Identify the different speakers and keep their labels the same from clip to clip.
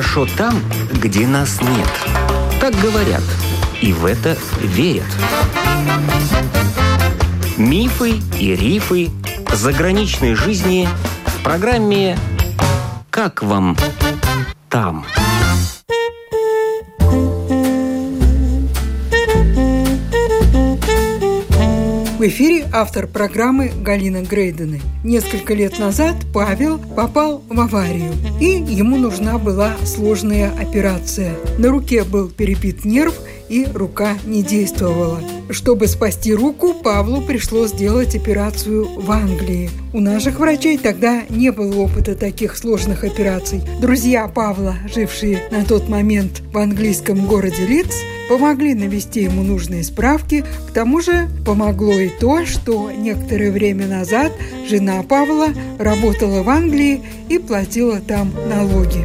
Speaker 1: хорошо там, где нас нет. Так говорят, и в это верят. Мифы и рифы заграничной жизни в программе «Как вам там?».
Speaker 2: В эфире автор программы Галина Грейдены. Несколько лет назад Павел попал в аварию, и ему нужна была сложная операция. На руке был перебит нерв, и рука не действовала. Чтобы спасти руку, Павлу пришлось сделать операцию в Англии. У наших врачей тогда не было опыта таких сложных операций. Друзья Павла, жившие на тот момент в английском городе Лидс, помогли навести ему нужные справки. К тому же помогло и то, что некоторое время назад жена Павла работала в Англии и платила там налоги.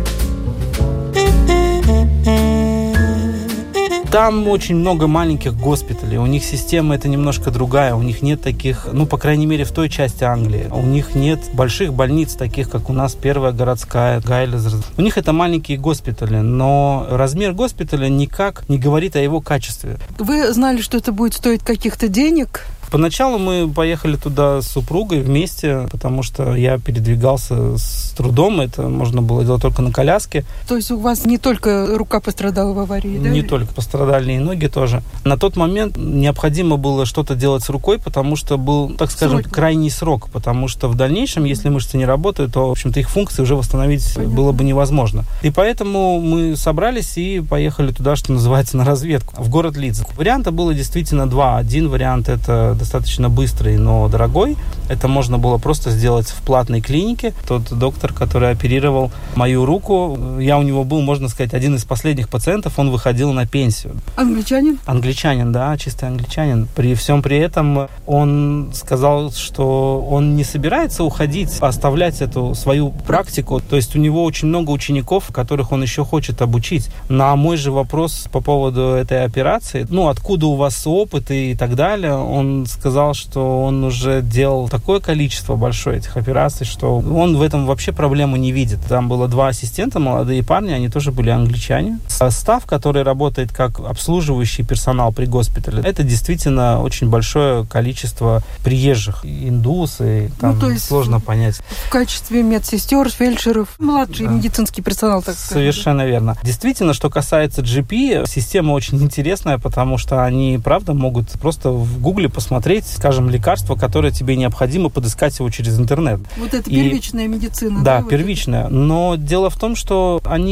Speaker 3: Там очень много маленьких госпиталей. У них система это немножко другая. У них нет таких, по крайней мере, в той части Англии. У них нет больших больниц, таких, как у нас Первая городская, Гайлезер. У них это маленькие госпитали, но размер госпиталя никак не говорит о его качестве.
Speaker 2: Вы знали, что это будет стоить каких-то денег?
Speaker 3: Поначалу мы поехали туда с супругой вместе, потому что я передвигался с трудом, это можно было делать только на коляске.
Speaker 2: То есть у вас не только рука пострадала в аварии, да?
Speaker 3: Не только, пострадали и ноги тоже. На тот момент необходимо было что-то делать с рукой, потому что был, так скажем, крайний срок, потому что в дальнейшем, если мышцы не работают, то, в общем-то, их функции уже восстановить было бы невозможно. И поэтому мы собрались и поехали туда, что называется, на разведку, в город Лидс. Варианта было действительно два. Один вариант – это достаточно быстрый, но дорогой. Это можно было просто сделать в платной клинике. Тот доктор, который оперировал мою руку, я у него был, можно сказать, один из последних пациентов, он выходил на пенсию.
Speaker 2: Англичанин?
Speaker 3: Англичанин, да, чистый англичанин. При всем при этом он сказал, что он не собирается уходить, оставлять эту свою практику. То есть у него очень много учеников, которых он еще хочет обучить. На мой же вопрос по поводу этой операции, откуда у вас опыт и так далее, он сказал, что он уже делал такое количество большое этих операций, что он в этом вообще проблему не видит. Там было 2 ассистента, молодые парни, они тоже были англичане. Состав, который работает как обслуживающий персонал при госпитале, это действительно очень большое количество приезжих. Индусы, там то есть сложно понять.
Speaker 2: В качестве медсестер, фельдшеров, младший медицинский персонал, так сказать.
Speaker 3: Совершенно верно. Действительно, что касается GP, система очень интересная, потому что они, правда, могут просто в Гугле посмотреть, скажем, лекарство, которое тебе необходимо подыскать его через интернет.
Speaker 2: Вот это первичная медицина.
Speaker 3: Да,
Speaker 2: вот
Speaker 3: первичная.
Speaker 2: Это.
Speaker 3: Но дело в том, что они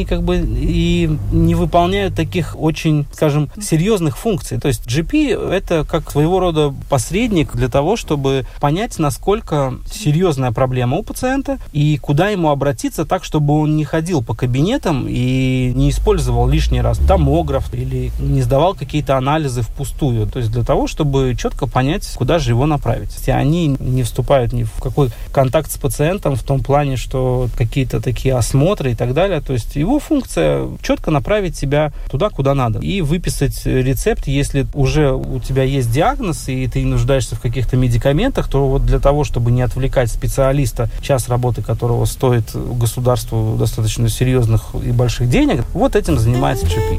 Speaker 3: и не выполняют таких очень, скажем, серьезных функций. То есть GP это как своего рода посредник для того, чтобы понять, насколько серьезная проблема у пациента и куда ему обратиться так, чтобы он не ходил по кабинетам и не использовал лишний раз томограф или не сдавал какие-то анализы впустую. То есть для того, чтобы четко понять, куда же его направить. И они не вступают ни в какой контакт с пациентом в том плане, что какие-то такие осмотры и так далее. То есть его функция четко направить тебя туда, куда надо. И выписать рецепт, если уже у тебя есть диагноз, и ты нуждаешься в каких-то медикаментах, то вот для того, чтобы не отвлекать специалиста, час работы которого стоит государству достаточно серьезных и больших денег, вот этим занимается GP.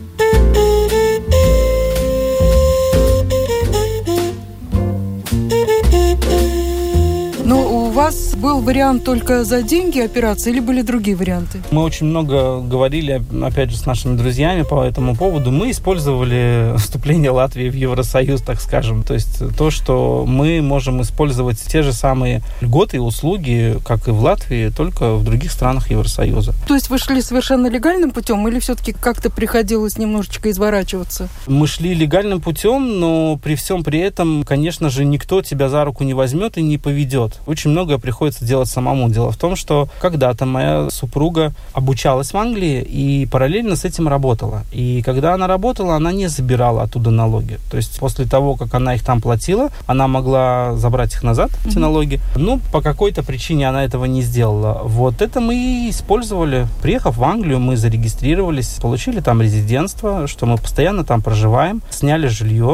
Speaker 2: У вас был вариант только за деньги операции или были другие варианты?
Speaker 3: Мы очень много говорили, опять же, с нашими друзьями по этому поводу. Мы использовали вступление Латвии в Евросоюз, так скажем. То есть то, что мы можем использовать те же самые льготы и услуги, как и в Латвии, только в других странах Евросоюза.
Speaker 2: То есть вы шли совершенно легальным путем или все-таки как-то приходилось немножечко изворачиваться?
Speaker 3: Мы шли легальным путем, но при всем при этом, конечно же, никто тебя за руку не возьмет и не поведет. Очень многое приходится делать самому. Дело в том, что когда-то моя супруга обучалась в Англии и параллельно с этим работала. И когда она работала, она не забирала оттуда налоги. То есть после того, как она их там платила, она могла забрать их назад, эти налоги. Но по какой-то причине она этого не сделала. Вот это мы и использовали. Приехав в Англию, мы зарегистрировались, получили там резидентство, что мы постоянно там проживаем, сняли жилье.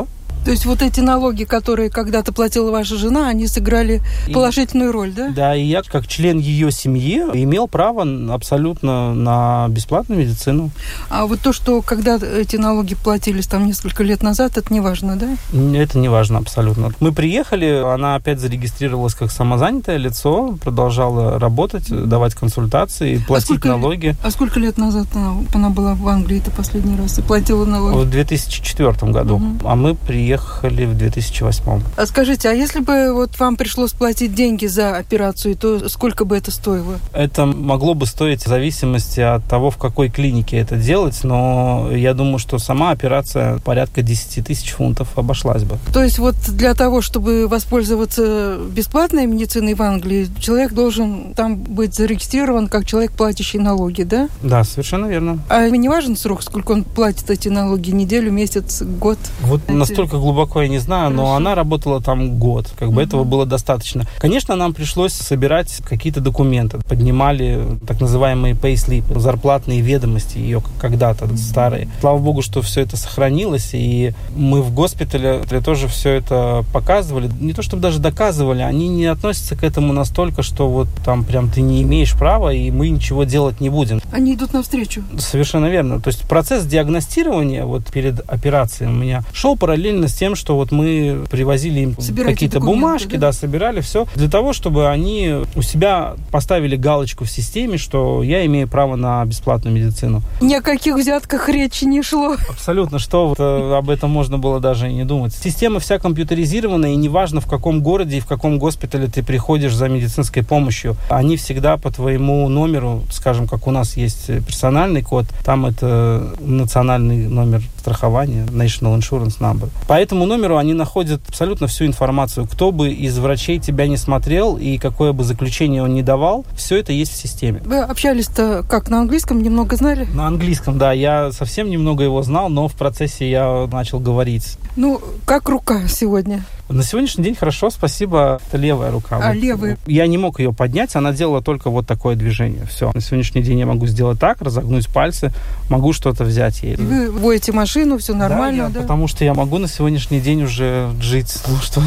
Speaker 2: То есть вот эти налоги, которые когда-то платила ваша жена, они сыграли положительную роль, да?
Speaker 3: Да, и я, как член ее семьи, имел право абсолютно на бесплатную медицину.
Speaker 2: А вот то, что когда эти налоги платились там несколько лет назад, это не важно, да?
Speaker 3: Это не важно абсолютно. Мы приехали, она опять зарегистрировалась как самозанятое лицо, продолжала работать, давать консультации, платить налоги.
Speaker 2: А сколько лет назад она была в Англии, это последний раз, и платила налоги?
Speaker 3: В 2004 году, а мы приехали в 2008.
Speaker 2: А скажите, а если бы вот вам пришлось платить деньги за операцию, то сколько бы это стоило?
Speaker 3: Это могло бы стоить в зависимости от того, в какой клинике это делать, но я думаю, что сама операция порядка 10 тысяч фунтов обошлась бы.
Speaker 2: То есть вот для того, чтобы воспользоваться бесплатной медициной в Англии, человек должен там быть зарегистрирован как человек, платящий налоги, да?
Speaker 3: Да, совершенно верно.
Speaker 2: А не важен срок, сколько он платит эти налоги? Неделю, месяц, год?
Speaker 3: Вот настолько глубоко я не знаю, но она работала там год. Этого было достаточно. Конечно, нам пришлось собирать какие-то документы. Поднимали так называемые payslip, зарплатные ведомости ее когда-то старые. Слава богу, что все это сохранилось, и мы в госпитале тоже все это показывали. Не то чтобы даже доказывали, они не относятся к этому настолько, что вот там прям ты не имеешь права, и мы ничего делать не будем.
Speaker 2: Они идут навстречу.
Speaker 3: Совершенно верно. То есть процесс диагностирования вот перед операцией у меня шел параллельно с тем, что вот мы привозили им какие-то бумажки, да, собирали все, для того, чтобы они у себя поставили галочку в системе, что я имею право на бесплатную медицину.
Speaker 2: Ни о каких взятках речи не шло.
Speaker 3: Абсолютно, что вот об этом можно было даже и не думать. Система вся компьютеризирована, и неважно, в каком городе и в каком госпитале ты приходишь за медицинской помощью, они всегда по твоему номеру, скажем, как у нас есть персональный код, там это национальный номер страхования, National Insurance Number. По этому номеру они находят абсолютно всю информацию. Кто бы из врачей тебя не смотрел и какое бы заключение он ни давал, все это есть в системе.
Speaker 2: Вы общались-то как, на английском? Немного знали?
Speaker 3: На английском, да. Я совсем немного его знал, но в процессе я начал говорить.
Speaker 2: Ну, как рука сегодня?
Speaker 3: На сегодняшний день хорошо, спасибо. Это левая рука.
Speaker 2: А левая?
Speaker 3: Я не мог ее поднять, она делала только вот такое движение. Все. На сегодняшний день я могу сделать так, разогнуть пальцы, могу что-то взять ей.
Speaker 2: И вы водите машину, все нормально, да?
Speaker 3: Потому что я могу на сегодняшний день уже жить,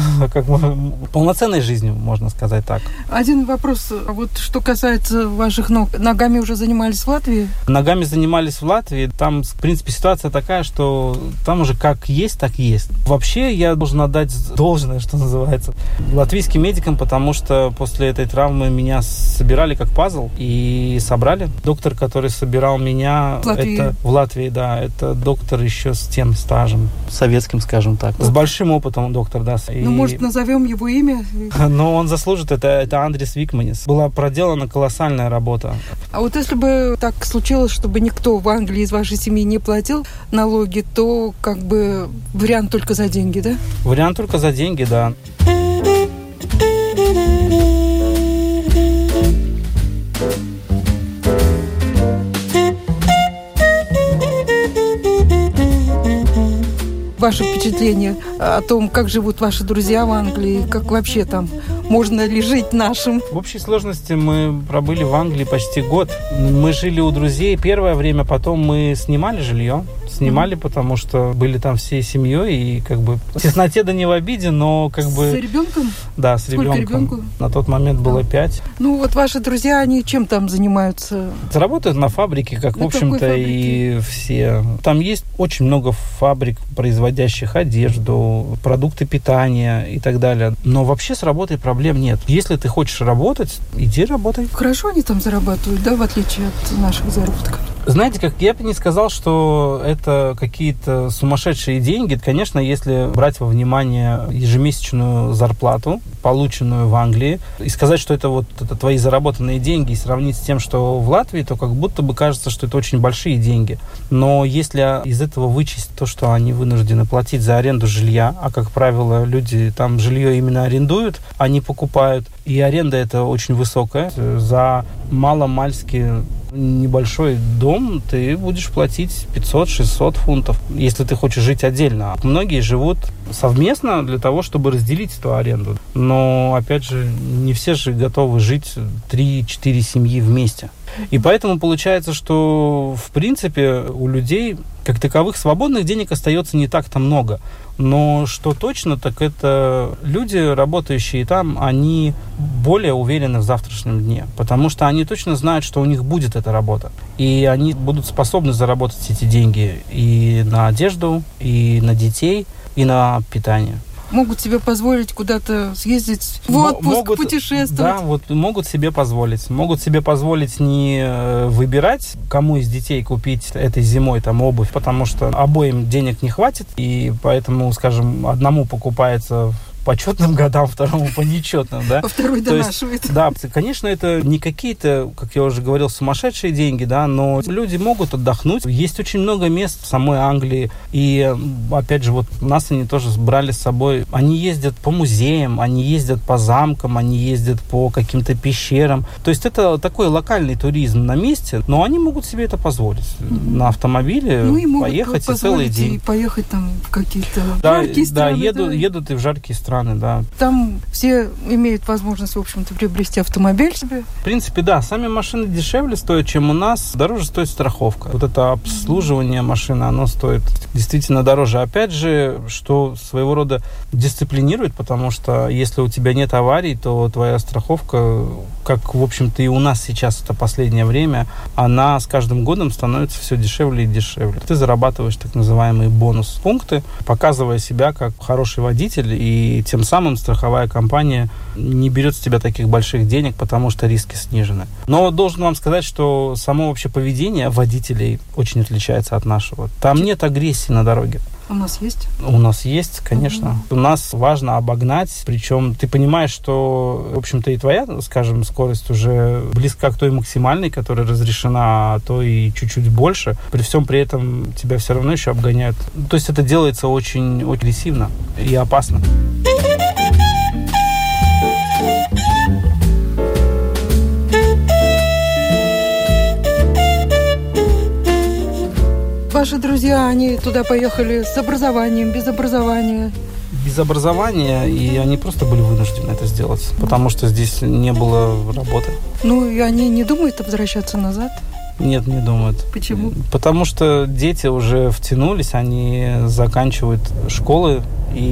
Speaker 3: полноценной жизнью, можно сказать так.
Speaker 2: Один вопрос. Вот что касается ваших ног. Ногами уже занимались в Латвии?
Speaker 3: Ногами занимались в Латвии. Там, в принципе, ситуация такая, что там уже как есть, так есть. Вообще, я должен отдать должное, что называется, латвийским медикам, потому что после этой травмы меня собирали как пазл и собрали. Доктор, который собирал меня в Латвии, да, это доктор еще с тем стажем, советским, скажем так. С большим опытом доктор, да.
Speaker 2: Ну, может, назовем его имя?
Speaker 3: Но он заслужит, это Андрис Викманис. Была проделана колоссальная работа.
Speaker 2: А вот если бы так случилось, чтобы никто в Англии из вашей семьи не платил налоги, то как бы вариант только за деньги, да?
Speaker 3: Вариант только за деньги, да.
Speaker 2: Ваше впечатление о том, как живут ваши друзья в Англии, как вообще там, можно ли жить нашим?
Speaker 3: В общей сложности мы пробыли в Англии почти год. Мы жили у друзей первое время, потом мы снимали жилье. Снимали, потому что были там всей семьей, и как бы в тесноте да не в обиде, но как бы...
Speaker 2: С ребенком?
Speaker 3: Да, с ребенком.
Speaker 2: Сколько ребенку?
Speaker 3: На тот момент было 5.
Speaker 2: Ну вот ваши друзья, они чем там занимаются?
Speaker 3: Работают на фабрике, как, в общем-то, и все. Там есть очень много фабрик, производящих одежду, продукты питания и так далее. Но вообще с работой проблем нет. Если ты хочешь работать, иди работай.
Speaker 2: Хорошо они там зарабатывают, да, в отличие от наших заработков?
Speaker 3: Знаете, как я бы не сказал, что это какие-то сумасшедшие деньги. Конечно, если брать во внимание ежемесячную зарплату, полученную в Англии, и сказать, что это твои заработанные деньги, и сравнить с тем, что в Латвии, то как будто бы кажется, что это очень большие деньги. Но если из этого вычесть то, что они вынуждены платить за аренду жилья, а, как правило, люди там жилье именно арендуют, а не покупают, и аренда это очень высокая, за маломальски небольшой дом ты будешь платить 500-600 фунтов, если ты хочешь жить отдельно. Многие живут совместно для того, чтобы разделить эту аренду. Но, опять же, не все же готовы жить 3-4 семьи вместе. И поэтому получается, что, в принципе, у людей, как таковых, свободных денег остается не так-то много. Но что точно, так это люди, работающие там, они более уверены в завтрашнем дне, потому что они точно знают, что у них будет эта работа. И они будут способны заработать эти деньги и на одежду, и на детей, и на питание.
Speaker 2: Могут себе позволить куда-то съездить в отпуск, путешествовать.
Speaker 3: Да, вот могут себе позволить. Могут себе позволить не выбирать, кому из детей купить этой зимой там обувь, потому что обоим денег не хватит, и поэтому, скажем, одному покупается по четным годам, второму по нечетным, да.
Speaker 2: А второй донашивает.
Speaker 3: Да, конечно, это не какие-то, как я уже говорил, сумасшедшие деньги, да, но люди могут отдохнуть. Есть очень много мест в самой Англии, и, опять же, вот нас они тоже брали с собой. Они ездят по музеям, они ездят по замкам, они ездят по каким-то пещерам. То есть это такой локальный туризм на месте, но они могут себе это позволить. На автомобиле поехать и целый день.
Speaker 2: И поехать там в какие-то жаркие страны.
Speaker 3: Едут и в жаркие страны. Да.
Speaker 2: Там все имеют возможность, в общем-то, приобрести автомобиль себе.
Speaker 3: В принципе, да. Сами машины дешевле стоят, чем у нас. Дороже стоит страховка. Вот это обслуживание машины, оно стоит действительно дороже. Опять же, что своего рода дисциплинирует, потому что если у тебя нет аварий, то твоя страховка, как, в общем-то, и у нас сейчас это последнее время, она с каждым годом становится все дешевле и дешевле. Ты зарабатываешь так называемые бонус-пункты, показывая себя как хороший водитель, и тем самым страховая компания не берет с тебя таких больших денег, потому что риски снижены. Но должен вам сказать, что само вообще поведение водителей очень отличается от нашего. Там нет агрессии на дороге.
Speaker 2: У нас есть?
Speaker 3: У нас есть, конечно. У нас важно обогнать, причем ты понимаешь, что, в общем-то, и твоя, скажем, скорость уже близка к той максимальной, которая разрешена, а то и чуть-чуть больше. При всем при этом тебя все равно еще обгоняют. То есть это делается очень агрессивно и опасно.
Speaker 2: Ваши друзья, они туда поехали с образованием, без образования?
Speaker 3: Без образования, и они просто были вынуждены это сделать, потому что здесь не было работы.
Speaker 2: Ну, и они не думают возвращаться назад?
Speaker 3: Нет, не думают.
Speaker 2: Почему?
Speaker 3: Потому что дети уже втянулись, они заканчивают школы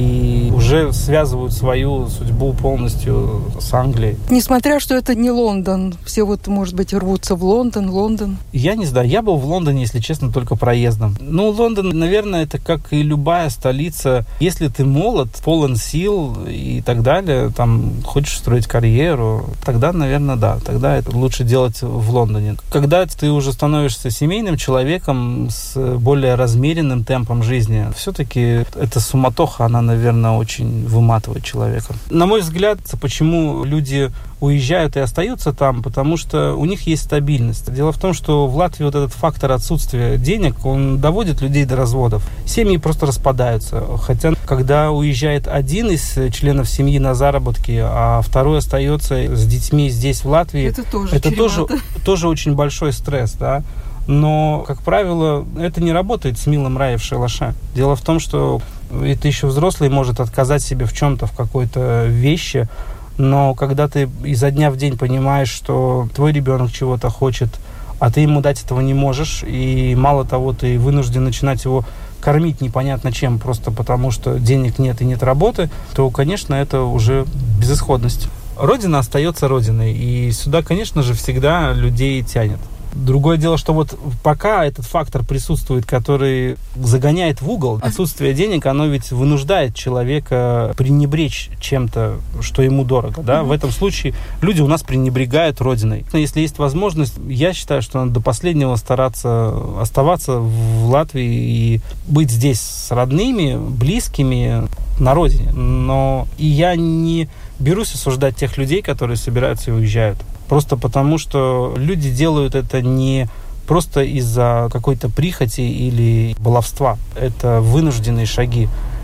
Speaker 3: и уже связывают свою судьбу полностью с Англией.
Speaker 2: Несмотря, что это не Лондон. Все вот, может быть, рвутся в Лондон.
Speaker 3: Я не знаю. Я был в Лондоне, если честно, только проездом. Ну, Лондон, наверное, это как и любая столица. Если ты молод, полон сил и так далее, там, хочешь строить карьеру, тогда, наверное, да. Тогда это лучше делать в Лондоне. Когда ты уже становишься семейным человеком с более размеренным темпом жизни, все-таки эта суматоха, она, наверное, очень выматывает человека. На мой взгляд, почему люди уезжают и остаются там, потому что у них есть стабильность. Дело в том, что в Латвии вот этот фактор отсутствия денег, он доводит людей до разводов. Семьи просто распадаются. Хотя, когда уезжает один из членов семьи на заработки, а второй остается с детьми здесь, в Латвии, это тоже очень большой стресс, да. Но, как правило, это не работает с милым рай в шалаше. Дело в том, что это еще взрослый может отказать себе в чем-то, в какой-то вещи, но когда ты изо дня в день понимаешь, что твой ребенок чего-то хочет, а ты ему дать этого не можешь, и мало того, ты вынужден начинать его кормить непонятно чем, просто потому что денег нет и нет работы, то, конечно, это уже безысходность. Родина остается родиной, и сюда, конечно же, всегда людей тянет. Другое дело, что вот пока этот фактор присутствует, который загоняет в угол, отсутствие денег, оно ведь вынуждает человека пренебречь чем-то, что ему дорого. Да? В этом случае люди у нас пренебрегают родиной. Если есть возможность, я считаю, что надо до последнего стараться оставаться в Латвии и быть здесь с родными, близкими на родине. Но и я не берусь осуждать тех людей, которые собираются и уезжают. Просто потому, что люди делают это не просто из-за какой-то прихоти или баловства. Это вынужденные шаги.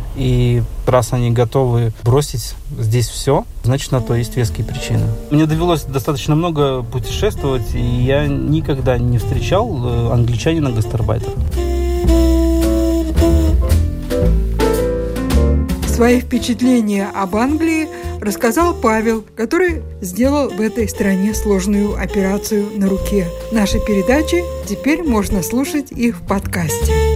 Speaker 3: И раз они готовы бросить здесь все, значит, на то есть веские причины. Мне довелось достаточно много путешествовать, и я никогда не встречал англичанина-гастарбайтера.
Speaker 2: Свои впечатления об Англии рассказал Павел, который сделал в этой стране сложную операцию на руке. Наши передачи теперь можно слушать и в подкасте.